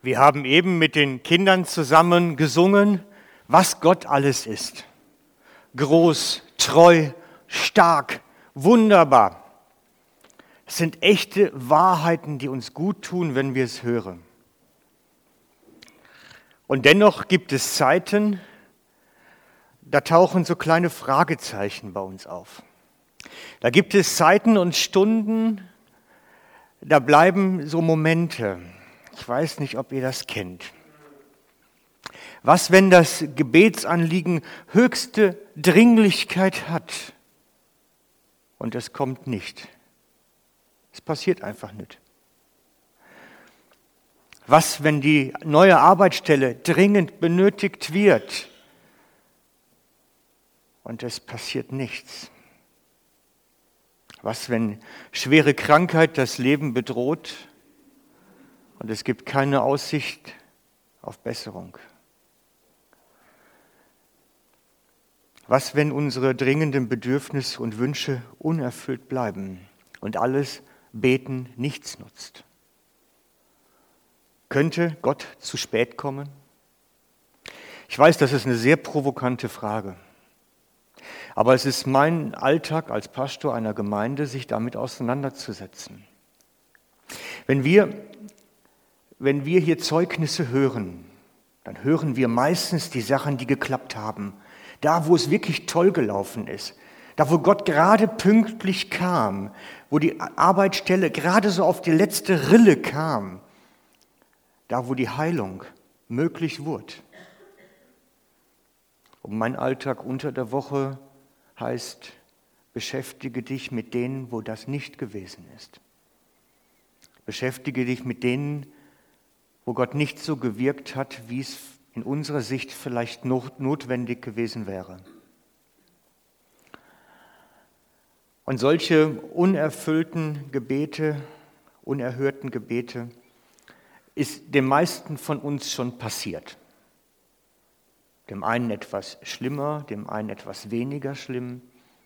Wir haben eben mit den Kindern zusammen gesungen, was Gott alles ist. Groß, treu, stark, wunderbar. Es sind echte Wahrheiten, die uns gut tun, wenn wir es hören. Und dennoch gibt es Zeiten, da tauchen so kleine Fragezeichen bei uns auf. Da gibt es Zeiten und Stunden, da bleiben so Momente. Ich weiß nicht, ob ihr das kennt. Was, wenn das Gebetsanliegen höchste Dringlichkeit hat und es kommt nicht? Es passiert einfach nicht. Was, wenn die neue Arbeitsstelle dringend benötigt wird und es passiert nichts? Was, wenn schwere Krankheit das Leben bedroht und es gibt keine Aussicht auf Besserung? Was, wenn unsere dringenden Bedürfnisse und Wünsche unerfüllt bleiben und alles Beten nichts nutzt? Könnte Gott zu spät kommen? Ich weiß, das ist eine sehr provokante Frage. Aber es ist mein Alltag als Pastor einer Gemeinde, sich damit auseinanderzusetzen. Wenn wir hier Zeugnisse hören, dann hören wir meistens die Sachen, die geklappt haben. Da, wo es wirklich toll gelaufen ist. Da, wo Gott gerade pünktlich kam. Wo die Arbeitsstelle gerade so auf die letzte Rille kam. Da, wo die Heilung möglich wurde. Und mein Alltag unter der Woche heißt, beschäftige dich mit denen, wo das nicht gewesen ist. Beschäftige dich mit denen, wo Gott nicht so gewirkt hat, wie es in unserer Sicht vielleicht notwendig gewesen wäre. Und solche unerfüllten Gebete, unerhörten Gebete, ist den meisten von uns schon passiert. Dem einen etwas schlimmer, dem einen etwas weniger schlimm.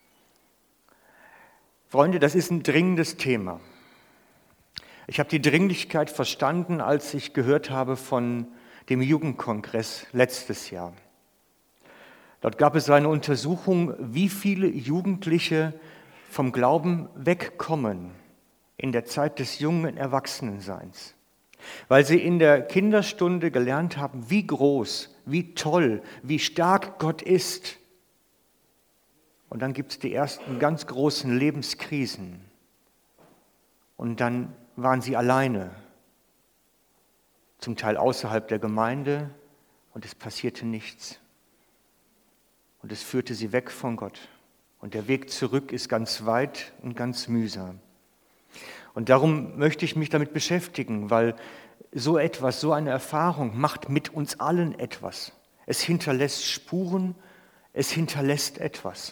Freunde, das ist ein dringendes Thema. Ich habe die Dringlichkeit verstanden, als ich gehört habe von dem Jugendkongress letztes Jahr. Dort gab es eine Untersuchung, wie viele Jugendliche vom Glauben wegkommen in der Zeit des jungen Erwachsenenseins. Weil sie in der Kinderstunde gelernt haben, wie groß, wie toll, wie stark Gott ist. Und dann gibt es die ersten ganz großen Lebenskrisen. Und dann waren sie alleine, zum Teil außerhalb der Gemeinde, und es passierte nichts. Und es führte sie weg von Gott. Und der Weg zurück ist ganz weit und ganz mühsam. Und darum möchte ich mich damit beschäftigen, weil so etwas, so eine Erfahrung macht mit uns allen etwas. Es hinterlässt Spuren, es hinterlässt etwas.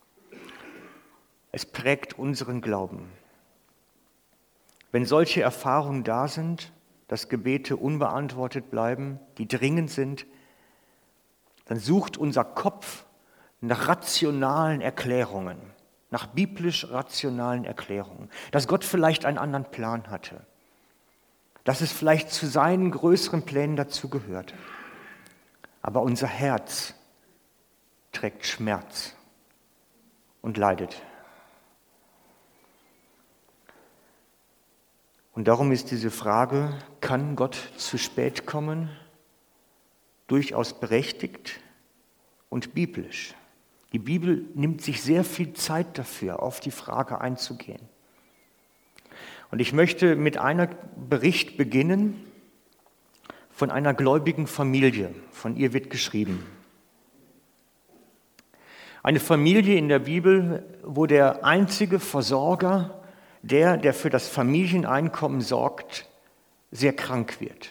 Es prägt unseren Glauben. Wenn solche Erfahrungen da sind, dass Gebete unbeantwortet bleiben, die dringend sind, dann sucht unser Kopf nach rationalen Erklärungen, nach biblisch rationalen Erklärungen, dass Gott vielleicht einen anderen Plan hatte, dass es vielleicht zu seinen größeren Plänen dazugehört. Aber unser Herz trägt Schmerz und leidet. Und darum ist diese Frage, kann Gott zu spät kommen, durchaus berechtigt und biblisch. Die Bibel nimmt sich sehr viel Zeit dafür, auf die Frage einzugehen. Und ich möchte mit einem Bericht beginnen von einer gläubigen Familie. Von ihr wird geschrieben. Eine Familie in der Bibel, wo der einzige Versorger, der für das Familieneinkommen sorgt, sehr krank wird.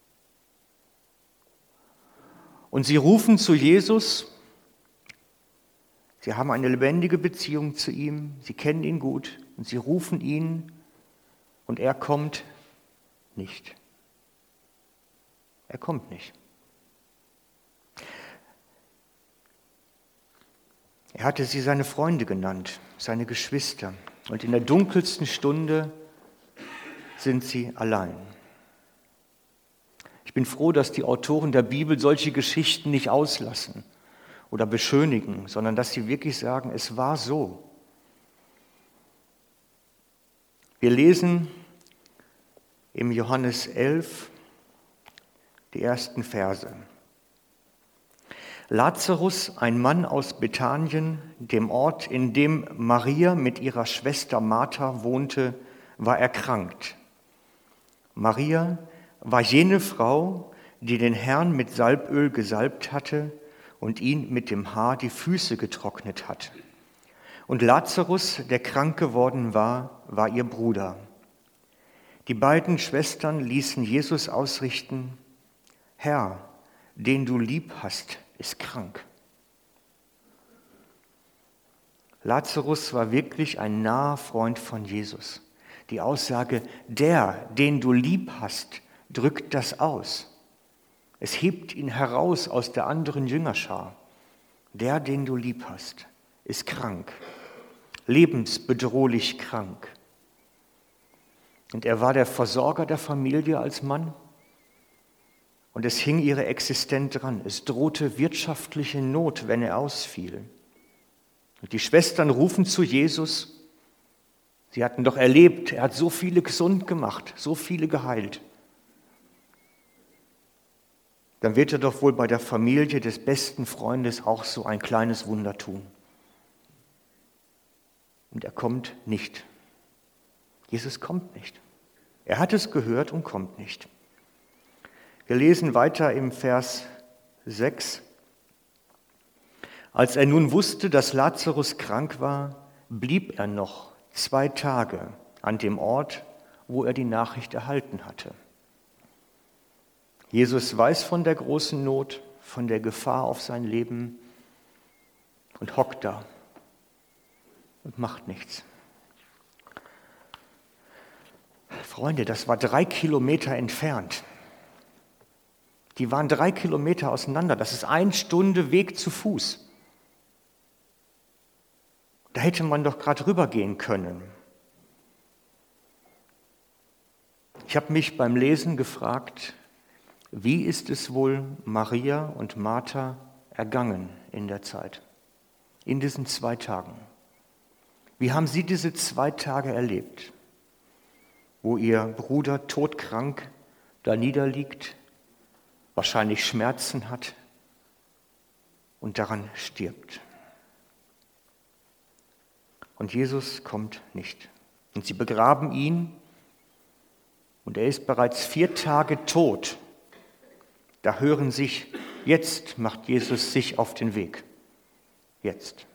Und sie rufen zu Jesus. Sie haben eine lebendige Beziehung zu ihm, sie kennen ihn gut und sie rufen ihn und er kommt nicht. Er kommt nicht. Er hatte sie seine Freunde genannt, seine Geschwister. Und in der dunkelsten Stunde sind sie allein. Ich Ich bin froh, dass die Autoren der Bibel solche Geschichten nicht auslassen oder beschönigen, sondern dass sie wirklich sagen, es war so. Wir lesen im Johannes 11 die ersten Verse. Lazarus, ein Mann aus Bethanien, dem Ort, in dem Maria mit ihrer Schwester Martha wohnte, war erkrankt. Maria war jene Frau, die den Herrn mit Salböl gesalbt hatte und ihn mit dem Haar die Füße getrocknet hat. Und Lazarus, der krank geworden war, war ihr Bruder. Die beiden Schwestern ließen Jesus ausrichten: Herr, den du lieb hast, ist krank. Lazarus war wirklich ein naher Freund von Jesus. Die Aussage, der, den du lieb hast, drückt das aus. Es hebt ihn heraus aus der anderen Jüngerschar. Der, den du lieb hast, ist krank, lebensbedrohlich krank. Und er war der Versorger der Familie als Mann. Und es hing ihre Existenz dran. Es drohte wirtschaftliche Not, wenn er ausfiel. Und die Schwestern rufen zu Jesus. Sie hatten doch erlebt, er hat so viele gesund gemacht, so viele geheilt. Dann wird er doch wohl bei der Familie des besten Freundes auch so ein kleines Wunder tun. Und er kommt nicht. Jesus kommt nicht. Er hat es gehört und kommt nicht. Wir lesen weiter im Vers 6. Als er nun wusste, dass Lazarus krank war, blieb er noch 2 Tage an dem Ort, wo er die Nachricht erhalten hatte. Jesus weiß von der großen Not, von der Gefahr auf sein Leben und hockt da und macht nichts. Freunde, das war 3 Kilometer entfernt. Die waren 3 Kilometer auseinander. Das ist 1 Stunde Weg zu Fuß. Da hätte man doch gerade rübergehen können. Ich habe mich beim Lesen gefragt, wie ist es wohl Maria und Martha ergangen in der Zeit, in diesen 2 Tagen? Wie haben sie diese 2 Tage erlebt, wo ihr Bruder todkrank da niederliegt, wahrscheinlich Schmerzen hat und daran stirbt? Und Jesus kommt nicht. Und sie begraben ihn und er ist bereits 4 Tage tot. Da hören sich, jetzt macht Jesus sich auf den Weg. Jetzt.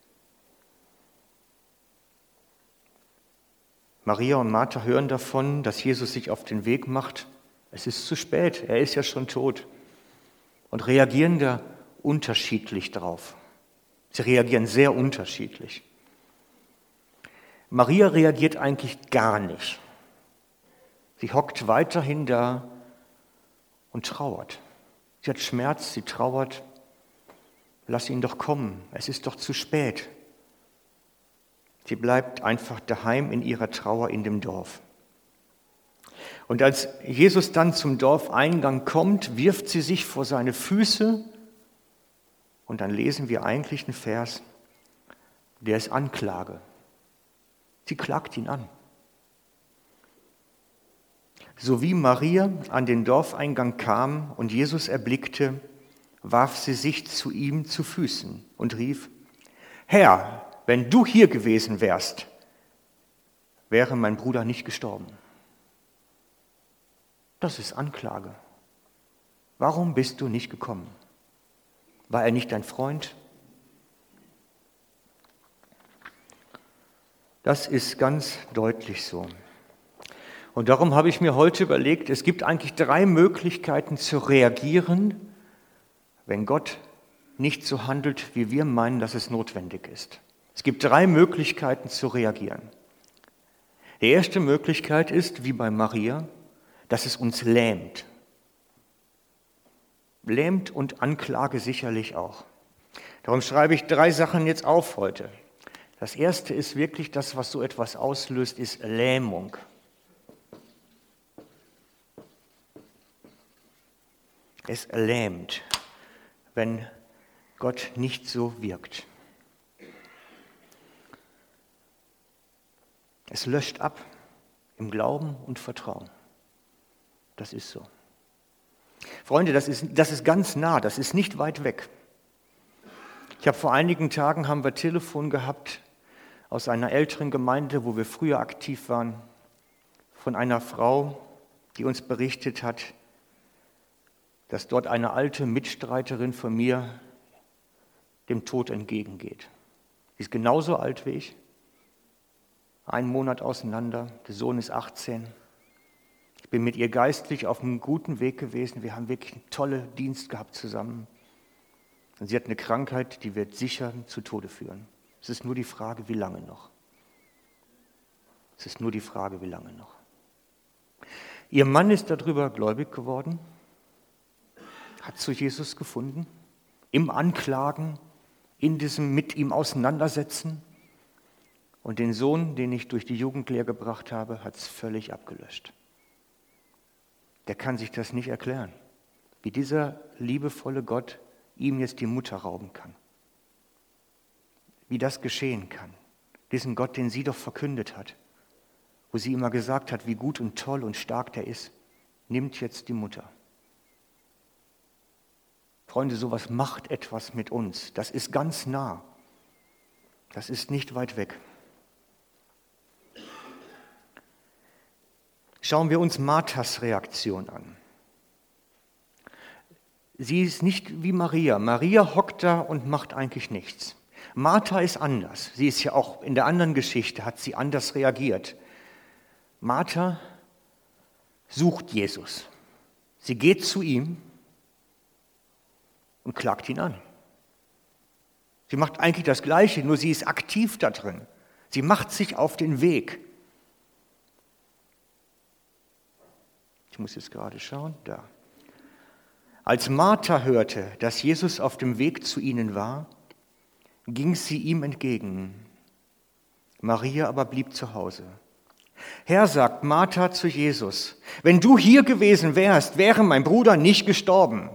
Maria und Martha hören davon, dass Jesus sich auf den Weg macht. Es ist zu spät, er ist ja schon tot. Und reagieren da unterschiedlich drauf. Sie reagieren sehr unterschiedlich. Maria reagiert eigentlich gar nicht. Sie hockt weiterhin da und trauert. Sie hat Schmerz, sie trauert. Lass ihn doch kommen, es ist doch zu spät. Sie bleibt einfach daheim in ihrer Trauer in dem Dorf. Und als Jesus dann zum Dorfeingang kommt, wirft sie sich vor seine Füße und dann lesen wir eigentlich einen Vers, der ist Anklage. Sie klagt ihn an. So wie Maria an den Dorfeingang kam und Jesus erblickte, warf sie sich zu ihm zu Füßen und rief: Herr, wenn du hier gewesen wärst, wäre mein Bruder nicht gestorben. Das ist Anklage. Warum bist du nicht gekommen? War er nicht dein Freund? Das ist ganz deutlich so. Und darum habe ich mir heute überlegt, es gibt eigentlich 3 Möglichkeiten zu reagieren, wenn Gott nicht so handelt, wie wir meinen, dass es notwendig ist. Es gibt 3 Möglichkeiten zu reagieren. Die erste Möglichkeit ist, wie bei Maria, dass es uns lähmt. Lähmt und Anklage sicherlich auch. Darum schreibe ich 3 Sachen jetzt auf heute. Das erste ist wirklich das, was so etwas auslöst, ist Lähmung. Es lähmt, wenn Gott nicht so wirkt. Es löscht ab im Glauben und Vertrauen. Das ist so. Freunde, das ist ganz nah, das ist nicht weit weg. Vor einigen Tagen haben wir Telefon gehabt aus einer älteren Gemeinde, wo wir früher aktiv waren, von einer Frau, die uns berichtet hat, dass dort eine alte Mitstreiterin von mir dem Tod entgegengeht. Sie ist genauso alt wie ich, 1 Monat auseinander, der Sohn ist 18. Ich bin mit ihr geistlich auf einem guten Weg gewesen, wir haben wirklich einen tollen Dienst gehabt zusammen. Und sie hat eine Krankheit, die wird sicher zu Tode führen. Es ist nur die Frage, wie lange noch. Es ist nur die Frage, wie lange noch. Ihr Mann ist darüber gläubig geworden, hat zu Jesus gefunden, im Anklagen, in diesem mit ihm Auseinandersetzen. Und den Sohn, den ich durch die Jugendlehre gebracht habe, hat es völlig abgelöscht. Der kann sich das nicht erklären, wie dieser liebevolle Gott ihm jetzt die Mutter rauben kann. Wie das geschehen kann. Diesen Gott, den sie doch verkündet hat, wo sie immer gesagt hat, wie gut und toll und stark der ist, nimmt jetzt die Mutter. Freunde, sowas macht etwas mit uns. Das ist ganz nah. Das ist nicht weit weg. Schauen wir uns Marthas Reaktion an. Sie ist nicht wie Maria. Maria hockt da und macht eigentlich nichts. Martha ist anders. Sie ist ja auch in der anderen Geschichte, hat sie anders reagiert. Martha sucht Jesus. Sie geht zu ihm und klagt ihn an. Sie macht eigentlich das Gleiche, nur sie ist aktiv da drin. Sie macht sich auf den Weg. Ich muss jetzt gerade schauen, da. Als Martha hörte, dass Jesus auf dem Weg zu ihnen war, ging sie ihm entgegen. Maria aber blieb zu Hause. Herr, sagt Martha zu Jesus, wenn du hier gewesen wärst, wäre mein Bruder nicht gestorben.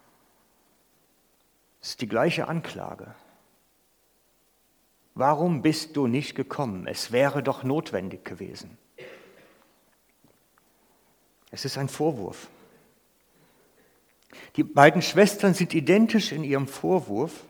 Das ist die gleiche Anklage. Warum bist du nicht gekommen? Es wäre doch notwendig gewesen. Es ist ein Vorwurf. Die beiden Schwestern sind identisch in ihrem Vorwurf,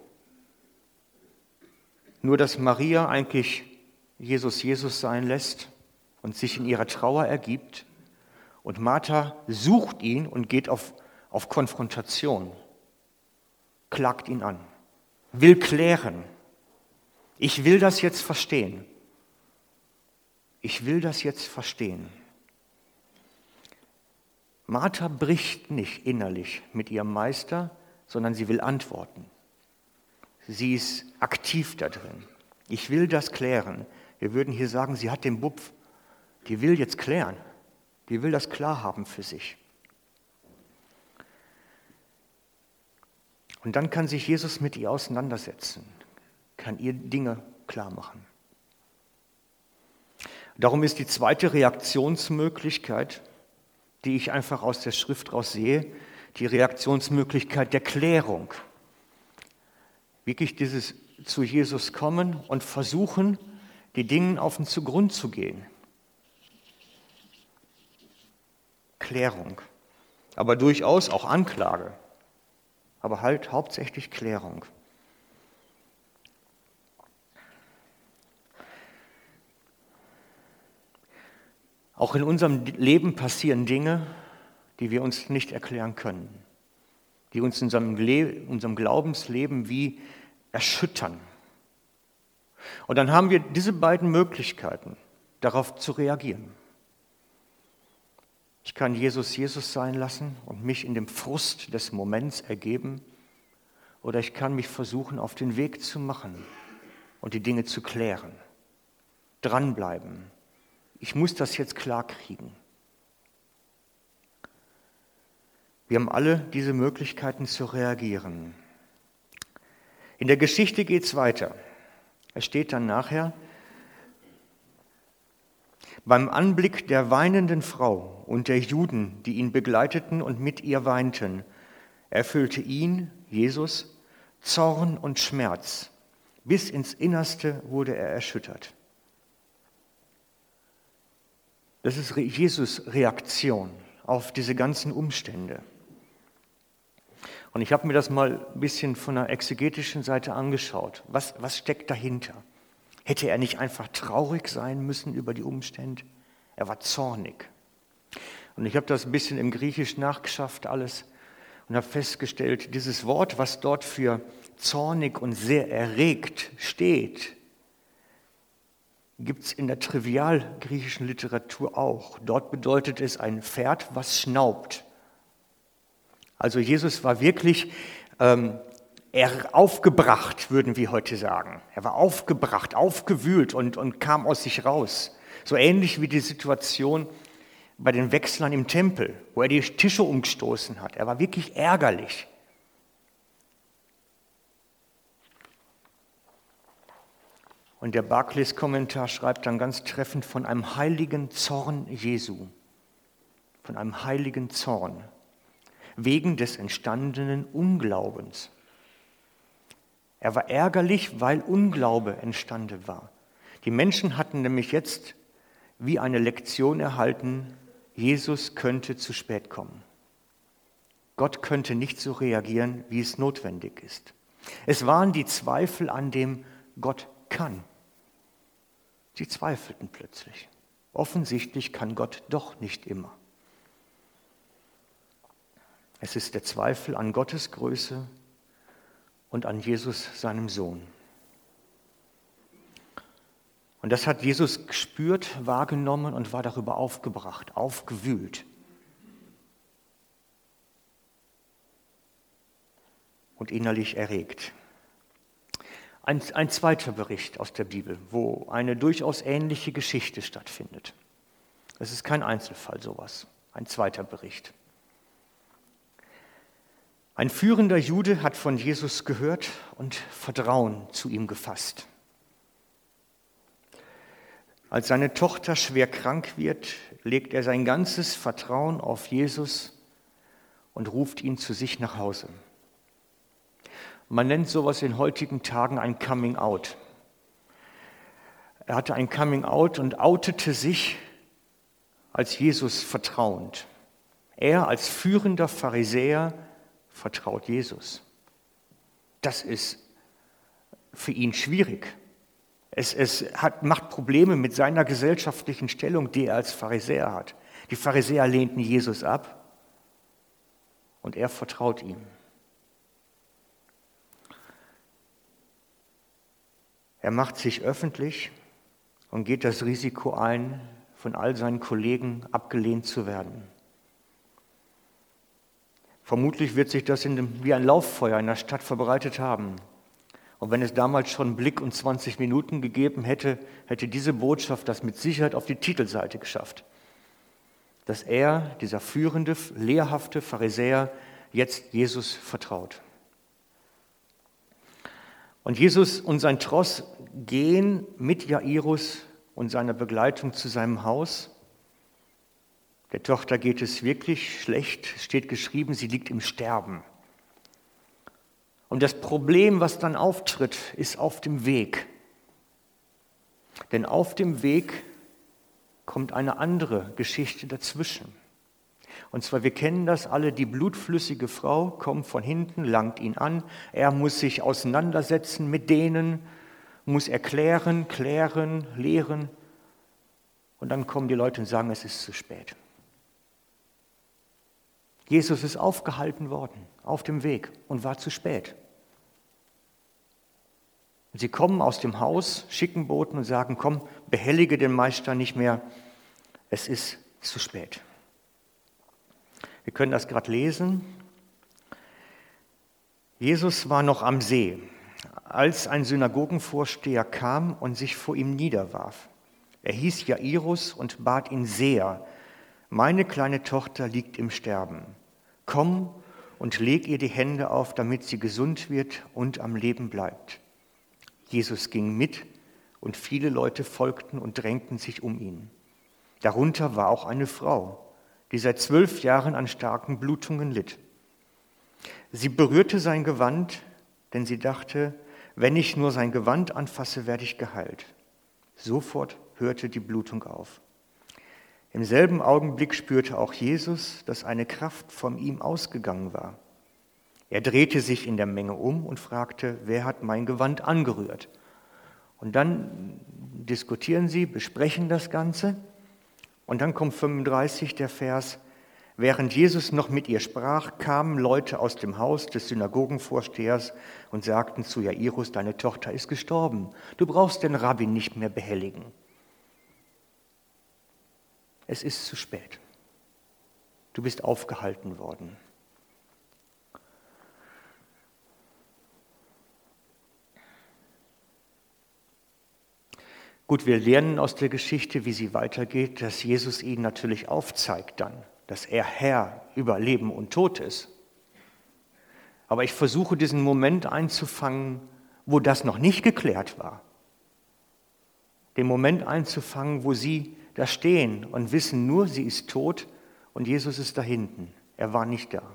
nur dass Maria eigentlich Jesus sein lässt und sich in ihrer Trauer ergibt und Martha sucht ihn und geht auf Konfrontation, klagt ihn an, will klären. Ich will das jetzt verstehen. Ich will das jetzt verstehen. Martha bricht nicht innerlich mit ihrem Meister, sondern sie will antworten. Sie ist aktiv da drin. Ich will das klären. Wir würden hier sagen, sie hat den Bupf. Die will jetzt klären. Die will das klar haben für sich. Und dann kann sich Jesus mit ihr auseinandersetzen, kann ihr Dinge klar machen. Darum ist die zweite Reaktionsmöglichkeit, die ich einfach aus der Schrift raus sehe, die Reaktionsmöglichkeit der Klärung. Wirklich dieses zu Jesus kommen und versuchen, die Dinge auf den Zugrund zu gehen. Klärung. Aber durchaus auch Anklage. Aber halt hauptsächlich Klärung. Auch in unserem Leben passieren Dinge, die wir uns nicht erklären können, die uns in unserem Glaubensleben wie erschüttern. Und dann haben wir diese beiden Möglichkeiten, darauf zu reagieren. Ich kann Jesus sein lassen und mich in dem Frust des Moments ergeben, oder ich kann mich versuchen, auf den Weg zu machen und die Dinge zu klären, dranbleiben. Ich muss das jetzt klar kriegen. Wir haben alle diese Möglichkeiten zu reagieren. In der Geschichte geht es weiter. Es steht dann nachher, beim Anblick der weinenden Frau und der Juden, die ihn begleiteten und mit ihr weinten, erfüllte ihn, Jesus, Zorn und Schmerz. Bis ins Innerste wurde er erschüttert. Das ist Jesus' Reaktion auf diese ganzen Umstände. Und ich habe mir das mal ein bisschen von der exegetischen Seite angeschaut. Was steckt dahinter? Hätte er nicht einfach traurig sein müssen über die Umstände? Er war zornig. Und ich habe das ein bisschen im Griechisch nachgeschafft alles und habe festgestellt, dieses Wort, was dort für zornig und sehr erregt steht, gibt es in der trivial-griechischen Literatur auch. Dort bedeutet es ein Pferd, was schnaubt. Also Jesus war wirklich aufgebracht, würden wir heute sagen. Er war aufgebracht, aufgewühlt und kam aus sich raus. So ähnlich wie die Situation bei den Wechslern im Tempel, wo er die Tische umgestoßen hat. Er war wirklich ärgerlich. Und der Barclays-Kommentar schreibt dann ganz treffend von einem heiligen Zorn Jesu. Von einem heiligen Zorn. Wegen des entstandenen Unglaubens. Er war ärgerlich, weil Unglaube entstanden war. Die Menschen hatten nämlich jetzt wie eine Lektion erhalten, Jesus könnte zu spät kommen. Gott könnte nicht so reagieren, wie es notwendig ist. Es waren die Zweifel an dem Gott kann. Sie zweifelten plötzlich. Offensichtlich kann Gott doch nicht immer. Es ist der Zweifel an Gottes Größe und an Jesus, seinem Sohn. Und das hat Jesus gespürt, wahrgenommen und war darüber aufgebracht, aufgewühlt. Und innerlich erregt. Ein zweiter Bericht aus der Bibel, wo eine durchaus ähnliche Geschichte stattfindet. Es ist kein Einzelfall sowas, ein zweiter Bericht. Ein führender Jude hat von Jesus gehört und Vertrauen zu ihm gefasst. Als seine Tochter schwer krank wird, legt er sein ganzes Vertrauen auf Jesus und ruft ihn zu sich nach Hause. Man nennt sowas in heutigen Tagen ein Coming Out. Er hatte ein Coming Out und outete sich als Jesus vertrauend. Er als führender Pharisäer vertraut Jesus. Das ist für ihn schwierig. Es macht Probleme mit seiner gesellschaftlichen Stellung, die er als Pharisäer hat. Die Pharisäer lehnten Jesus ab und er vertraut ihm. Er macht sich öffentlich und geht das Risiko ein, von all seinen Kollegen abgelehnt zu werden. Vermutlich wird sich das wie ein Lauffeuer in der Stadt verbreitet haben. Und wenn es damals schon einen Blick und 20 Minuten gegeben hätte, hätte diese Botschaft das mit Sicherheit auf die Titelseite geschafft. Dass er, dieser führende, lehrhafte Pharisäer, jetzt Jesus vertraut. Und Jesus und sein Tross gehen mit Jairus und seiner Begleitung zu seinem Haus. Der Tochter geht es wirklich schlecht, steht geschrieben, sie liegt im Sterben. Und das Problem, was dann auftritt, ist auf dem Weg. Denn auf dem Weg kommt eine andere Geschichte dazwischen. Und zwar, wir kennen das alle, die blutflüssige Frau kommt von hinten, langt ihn an. Er muss sich auseinandersetzen mit denen, muss erklären, klären, lehren. Und dann kommen die Leute und sagen, es ist zu spät. Jesus ist aufgehalten worden auf dem Weg und war zu spät. Sie kommen aus dem Haus, schicken Boten und sagen, komm, behellige den Meister nicht mehr, es ist zu spät. Wir können das gerade lesen. Jesus war noch am See, als ein Synagogenvorsteher kam und sich vor ihm niederwarf. Er hieß Jairus und bat ihn sehr, meine kleine Tochter liegt im Sterben. Komm und leg ihr die Hände auf, damit sie gesund wird und am Leben bleibt. Jesus ging mit und viele Leute folgten und drängten sich um ihn. Darunter war auch eine Frau, die seit 12 Jahren an starken Blutungen litt. Sie berührte sein Gewand, denn sie dachte, wenn ich nur sein Gewand anfasse, werde ich geheilt. Sofort hörte die Blutung auf. Im selben Augenblick spürte auch Jesus, dass eine Kraft von ihm ausgegangen war. Er drehte sich in der Menge um und fragte, wer hat mein Gewand angerührt? Und dann diskutieren sie, besprechen das Ganze. Und dann kommt 35 der Vers, während Jesus noch mit ihr sprach, kamen Leute aus dem Haus des Synagogenvorstehers und sagten zu Jairus, deine Tochter ist gestorben. Du brauchst den Rabbi nicht mehr behelligen. Es ist zu spät. Du bist aufgehalten worden. Gut, wir lernen aus der Geschichte, wie sie weitergeht, dass Jesus ihnen natürlich aufzeigt dann, dass er Herr über Leben und Tod ist. Aber ich versuche diesen Moment einzufangen, wo das noch nicht geklärt war. Den Moment einzufangen, wo sie da stehen und wissen nur, sie ist tot und Jesus ist da hinten. Er war nicht da.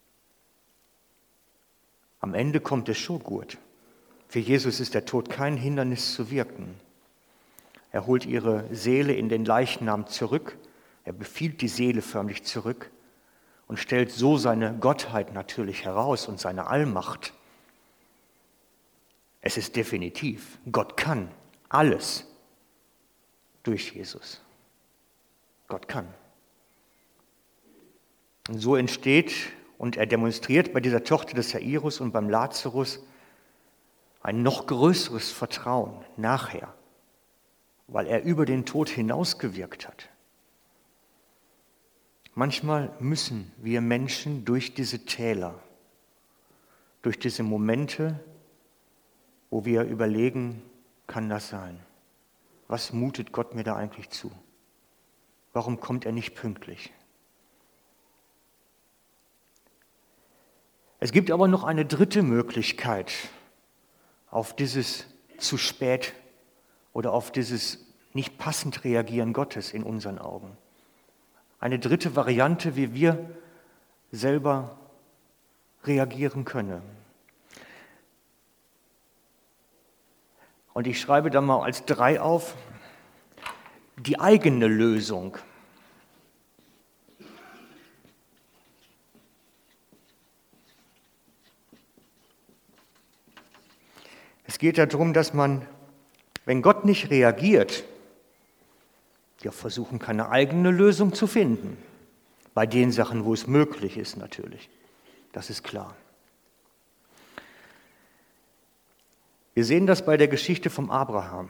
Am Ende kommt es schon gut. Für Jesus ist der Tod kein Hindernis zu wirken. Er holt ihre Seele in den Leichnam zurück. Er befiehlt die Seele förmlich zurück und stellt so seine Gottheit natürlich heraus und seine Allmacht. Es ist definitiv, Gott kann alles durch Jesus. Gott kann. Und so entsteht und er demonstriert bei dieser Tochter des Jairus und beim Lazarus ein noch größeres Vertrauen nachher, weil er über den Tod hinausgewirkt hat. Manchmal müssen wir Menschen durch diese Täler, durch diese Momente, wo wir überlegen, kann das sein? Was mutet Gott mir da eigentlich zu? Warum kommt er nicht pünktlich? Es gibt aber noch eine dritte Möglichkeit auf dieses zu spät oder auf dieses nicht passend Reagieren Gottes in unseren Augen. Eine dritte Variante, wie wir selber reagieren können. Und ich schreibe da mal als 3 auf, die eigene Lösung. Es geht darum, dass man, wenn Gott nicht reagiert, ja versuchen kann, eine eigene Lösung zu finden. Bei den Sachen, wo es möglich ist natürlich. Das ist klar. Wir sehen das bei der Geschichte vom Abraham.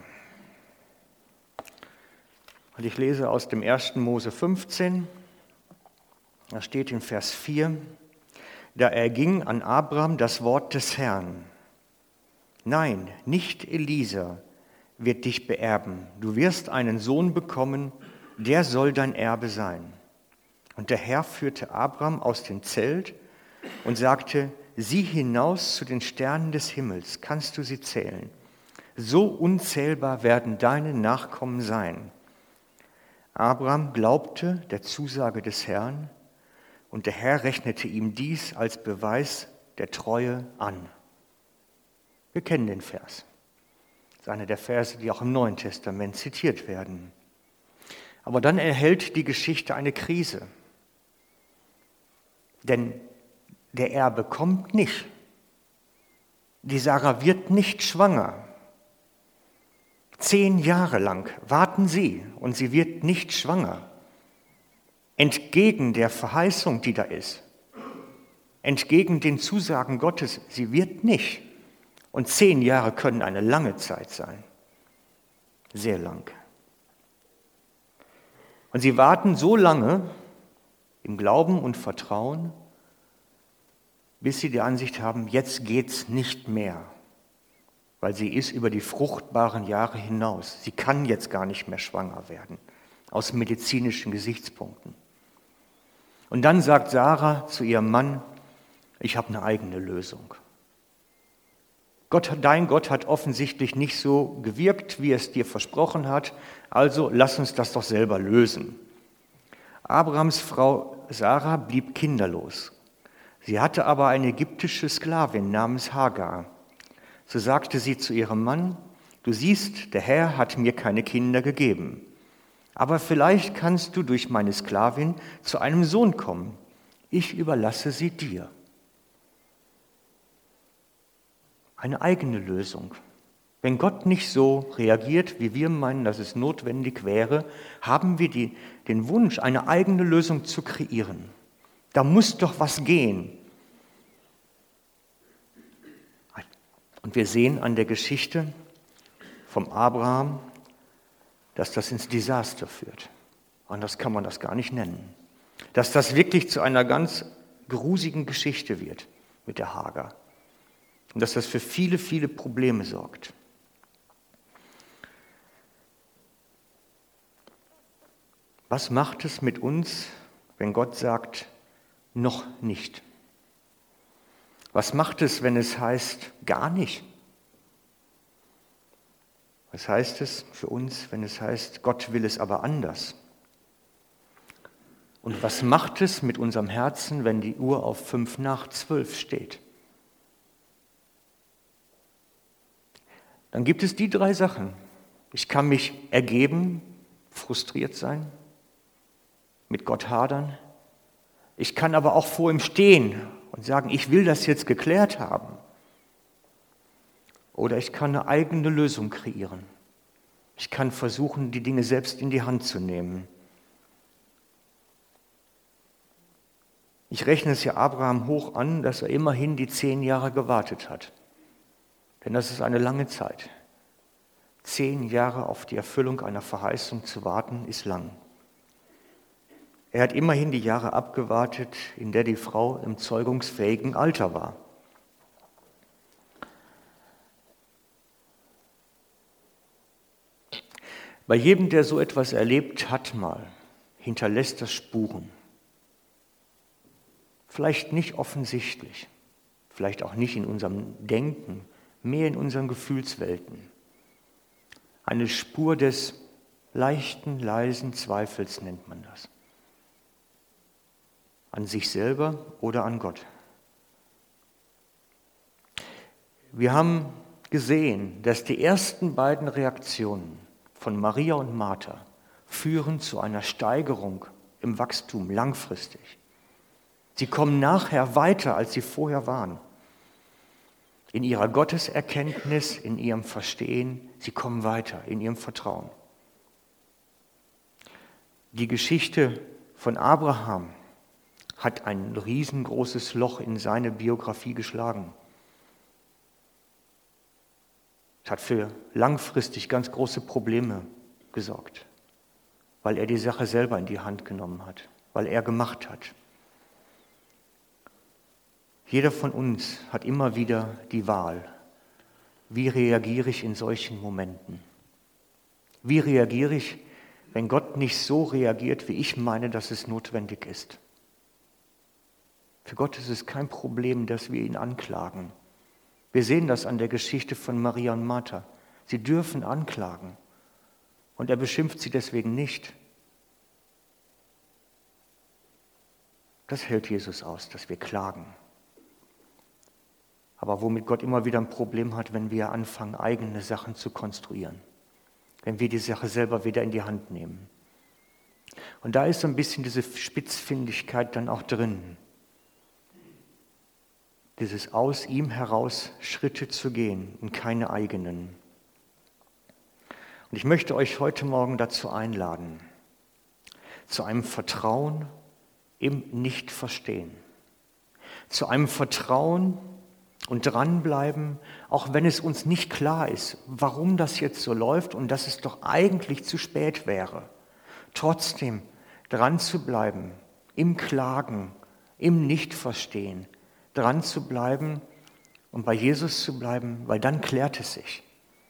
Und ich lese aus dem 1. Mose 15, da steht in Vers 4, da erging an Abraham das Wort des Herrn. Nein, nicht Elisa wird dich beerben. Du wirst einen Sohn bekommen, der soll dein Erbe sein. Und der Herr führte Abraham aus dem Zelt und sagte, sieh hinaus zu den Sternen des Himmels, kannst du sie zählen? So unzählbar werden deine Nachkommen sein. Abraham glaubte der Zusage des Herrn und der Herr rechnete ihm dies als Beweis der Treue an. Wir kennen den Vers. Das ist einer der Verse, die auch im Neuen Testament zitiert werden. Aber dann erhält die Geschichte eine Krise. Denn der Erbe kommt nicht. Die Sarah wird nicht schwanger. 10 Jahre lang warten sie und sie wird nicht schwanger. Entgegen der Verheißung, die da ist. Entgegen den Zusagen Gottes, sie wird nicht. Und 10 Jahre können eine lange Zeit sein. Sehr lang. Und sie warten so lange im Glauben und Vertrauen, bis sie die Ansicht haben, jetzt geht's nicht mehr. Weil sie ist über die fruchtbaren Jahre hinaus. Sie kann jetzt gar nicht mehr schwanger werden, aus medizinischen Gesichtspunkten. Und dann sagt Sarah zu ihrem Mann, ich habe eine eigene Lösung. Dein Gott hat offensichtlich nicht so gewirkt, wie er es dir versprochen hat, also lass uns das doch selber lösen. Abrahams Frau Sarah blieb kinderlos. Sie hatte aber eine ägyptische Sklavin namens Hagar. So sagte sie zu ihrem Mann: Du siehst, der Herr hat mir keine Kinder gegeben. Aber vielleicht kannst du durch meine Sklavin zu einem Sohn kommen. Ich überlasse sie dir. Eine eigene Lösung. Wenn Gott nicht so reagiert, wie wir meinen, dass es notwendig wäre, haben wir den Wunsch, eine eigene Lösung zu kreieren. Da muss doch was gehen. Und wir sehen an der Geschichte vom Abraham, dass das ins Desaster führt. Anders kann man das gar nicht nennen. Dass das wirklich zu einer ganz grusigen Geschichte wird mit der Hagar. Und dass das für viele, viele Probleme sorgt. Was macht es mit uns, wenn Gott sagt, noch nicht? Was macht es, wenn es heißt, gar nicht? Was heißt es für uns, wenn es heißt, Gott will es aber anders? Und was macht es mit unserem Herzen, wenn die Uhr auf 11:55 steht? Dann gibt es die 3 Sachen. Ich kann mich ergeben, frustriert sein, mit Gott hadern. Ich kann aber auch vor ihm stehen und sagen, ich will das jetzt geklärt haben. Oder ich kann eine eigene Lösung kreieren. Ich kann versuchen, die Dinge selbst in die Hand zu nehmen. Ich rechne es ja Abraham hoch an, dass er immerhin die 10 Jahre gewartet hat. Denn das ist eine lange Zeit. 10 Jahre auf die Erfüllung einer Verheißung zu warten, ist lang. Er hat immerhin die Jahre abgewartet, in der die Frau im zeugungsfähigen Alter war. Bei jedem, der so etwas erlebt hat mal, hinterlässt das Spuren. Vielleicht nicht offensichtlich, vielleicht auch nicht in unserem Denken, mehr in unseren Gefühlswelten. Eine Spur des leichten, leisen Zweifels nennt man das. An sich selber oder an Gott. Wir haben gesehen, dass die ersten beiden Reaktionen von Maria und Martha führen zu einer Steigerung im Wachstum langfristig. Sie kommen nachher weiter, als sie vorher waren. In ihrer Gotteserkenntnis, in ihrem Verstehen, sie kommen weiter, in ihrem Vertrauen. Die Geschichte von Abraham hat ein riesengroßes Loch in seine Biografie geschlagen. Es hat für langfristig ganz große Probleme gesorgt, weil er die Sache selber in die Hand genommen hat, weil er gemacht hat. Jeder von uns hat immer wieder die Wahl, wie reagiere ich in solchen Momenten? Wie reagiere ich, wenn Gott nicht so reagiert, wie ich meine, dass es notwendig ist? Für Gott ist es kein Problem, dass wir ihn anklagen. Wir sehen das an der Geschichte von Maria und Martha. Sie dürfen anklagen und er beschimpft sie deswegen nicht. Das hält Jesus aus, dass wir klagen. Aber womit Gott immer wieder ein Problem hat, wenn wir anfangen, eigene Sachen zu konstruieren. Wenn wir die Sache selber wieder in die Hand nehmen. Und da ist so ein bisschen diese Spitzfindigkeit dann auch drin. Dieses aus ihm heraus Schritte zu gehen und keine eigenen. Und ich möchte euch heute Morgen dazu einladen, zu einem Vertrauen im Nicht-Verstehen. Zu einem Vertrauen und dranbleiben, auch wenn es uns nicht klar ist, warum das jetzt so läuft und dass es doch eigentlich zu spät wäre. Trotzdem dran zu bleiben, im Klagen, im Nicht-Verstehen, dran zu bleiben und bei Jesus zu bleiben, weil dann klärt es sich.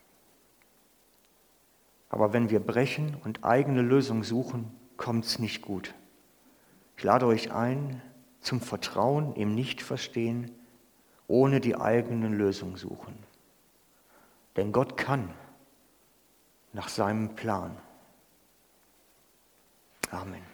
Aber wenn wir brechen und eigene Lösungen suchen, kommt es nicht gut. Ich lade euch ein zum Vertrauen im Nichtverstehen, ohne die eigenen Lösungen suchen. Denn Gott kann nach seinem Plan. Amen.